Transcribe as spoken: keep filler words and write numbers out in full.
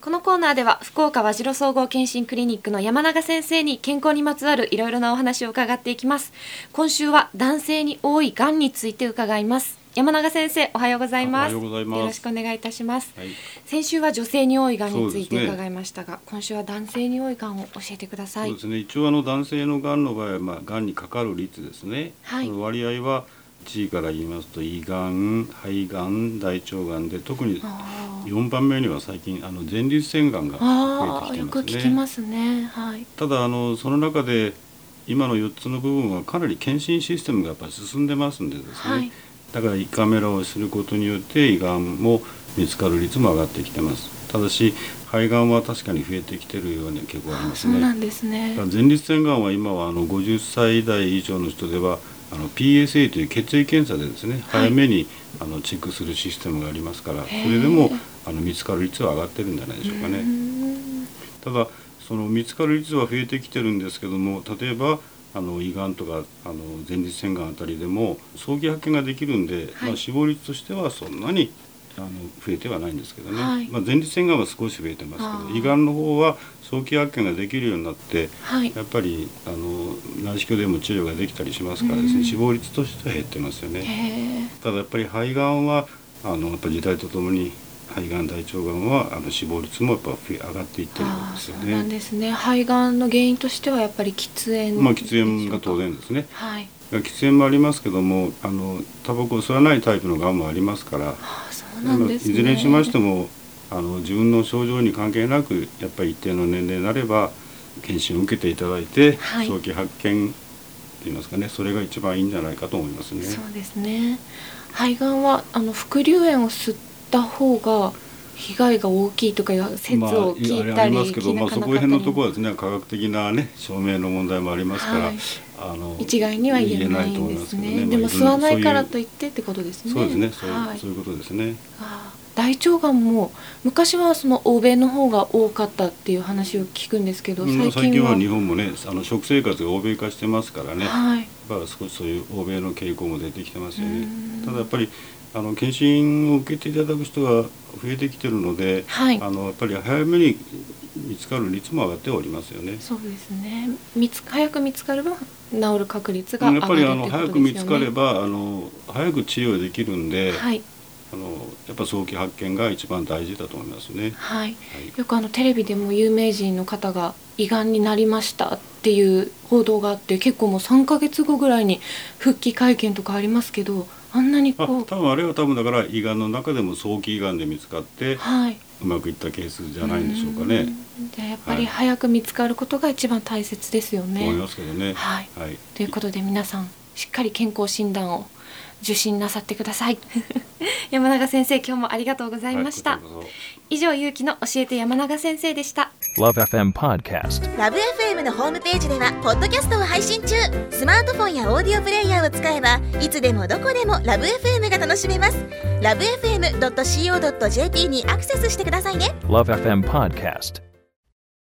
このコーナーでは福岡和白総合健診クリニックの山永先生に健康にまつわるいろいろなお話を伺っていきます。今週は男性に多いがんについて伺います。山永先生、おはようございます。 おはようございます。 よろしくお願いいたします、 はい、 先週は女性に多いがんについて伺いましたが、ね、今週は男性に多いがんを教えてください。 そうですね、一応あの男性のがんの場合は、まあ、がんにかかる率ですね、はい、その割合はいちいから言いますと胃がん、肺がん、大腸がんで、特によんばんめには最近あの前立腺がんが増えてきてますね。 よく聞きますね、はい、 ただあのその中で今のよっつの部分はかなり検診システムがやっぱり進んでますんでですね、はい、だから胃カメラをすることによって胃がんも見つかる率も上がってきてます。ただし肺がんは確かに増えてきているような傾向がありますね。 そうなんですね。 前立腺がんは今はあのごじゅっさい代以上の人ではあの ピーエスエー という血液検査でですね、はい、早めにあのチェックするシステムがありますから、それでもあの見つかる率は上がってるんじゃないでしょうかね。ただその見つかる率は増えてきてるんですけども、例えばあの胃がんとかあの前立腺がんあたりでも早期発見ができるんで、はい、まあ、死亡率としてはそんなにあの増えてはないんですけどね、はい、まあ、前立腺がんは少し増えてますけど、胃がんの方は早期発見ができるようになって、はい、やっぱりあの内視鏡でも治療ができたりしますからですね、うん、死亡率としては減ってますよね。ただやっぱり肺がんはあのやっぱり時代とともに肺がん、大腸がんはあの死亡率もやっぱ上がっていってるんですよね。 そうなんですね。肺がんの原因としてはやっぱり喫煙、 まあ、喫煙が当然ですね、 はい、 喫煙もありますけども、あのタバコを吸わないタイプのがんもありますから、はあ、そうなんですね、 いずれにしましてもあの自分の症状に関係なくやっぱり一定の年齢になれば検診を受けていただいて、はい、早期発見といいますかね、それが一番いいんじゃないかと思いますね。 そうですね。肺がんはあの副流煙を吸った方が被害が大きいとかいう説を聞いたり、 まあ、ありますけど、まあ、そこら辺のところはですね、科学的な、ね、証明の問題もありますから、はい、あの一概には言えないんですね。でも吸わないからといってってことですね。 そうですね、そう、はい、そういうことですね。 あ、大腸がんも昔はその欧米の方が多かったっていう話を聞くんですけど、最近は、 最近は日本もね、あの食生活が欧米化してますからね、 はい、 だから少しそういう欧米の傾向も出てきてますよね。ただやっぱりあの検診を受けていただく人が増えてきているので、はい、あのやっぱり早めに見つかる率も上がっておりますよね。 そうですね。見つ早く見つかれば治る確率が上がるということですよね。 やっぱりあの早く見つかればあの早く治療できるんで、はい、あのやっぱ早期発見が一番大事だと思いますね。 はいはい、よくあのテレビでも有名人の方が胃がんになりましたっていう報道があって、結構もうさんかげつごぐらいに復帰会見とかありますけど、あんなにこう、 あ、多分あれは多分だから胃がんの中でも早期胃がんで見つかって、はい、うまくいったケースじゃないんでしょうかね。 じゃあやっぱり早く見つかることが一番大切ですよね。 思いますけどね。 はいはい、ということで皆さんしっかり健康診断を受診なさってください。山永先生、今日もありがとうございました。はい、以上、ゆうきの教えて山永先生でした。 ラブ エフエム Podcast。 ラブ エフエム のホームページではポッドキャストを配信中。スマートフォンやオーディオプレイヤーを使えばいつでもどこでもラブ エフエム が楽しめます。ラブ エフエムドットシーオードットジェーピー にアクセスしてくださいね。 ラブ エフエム Podcast。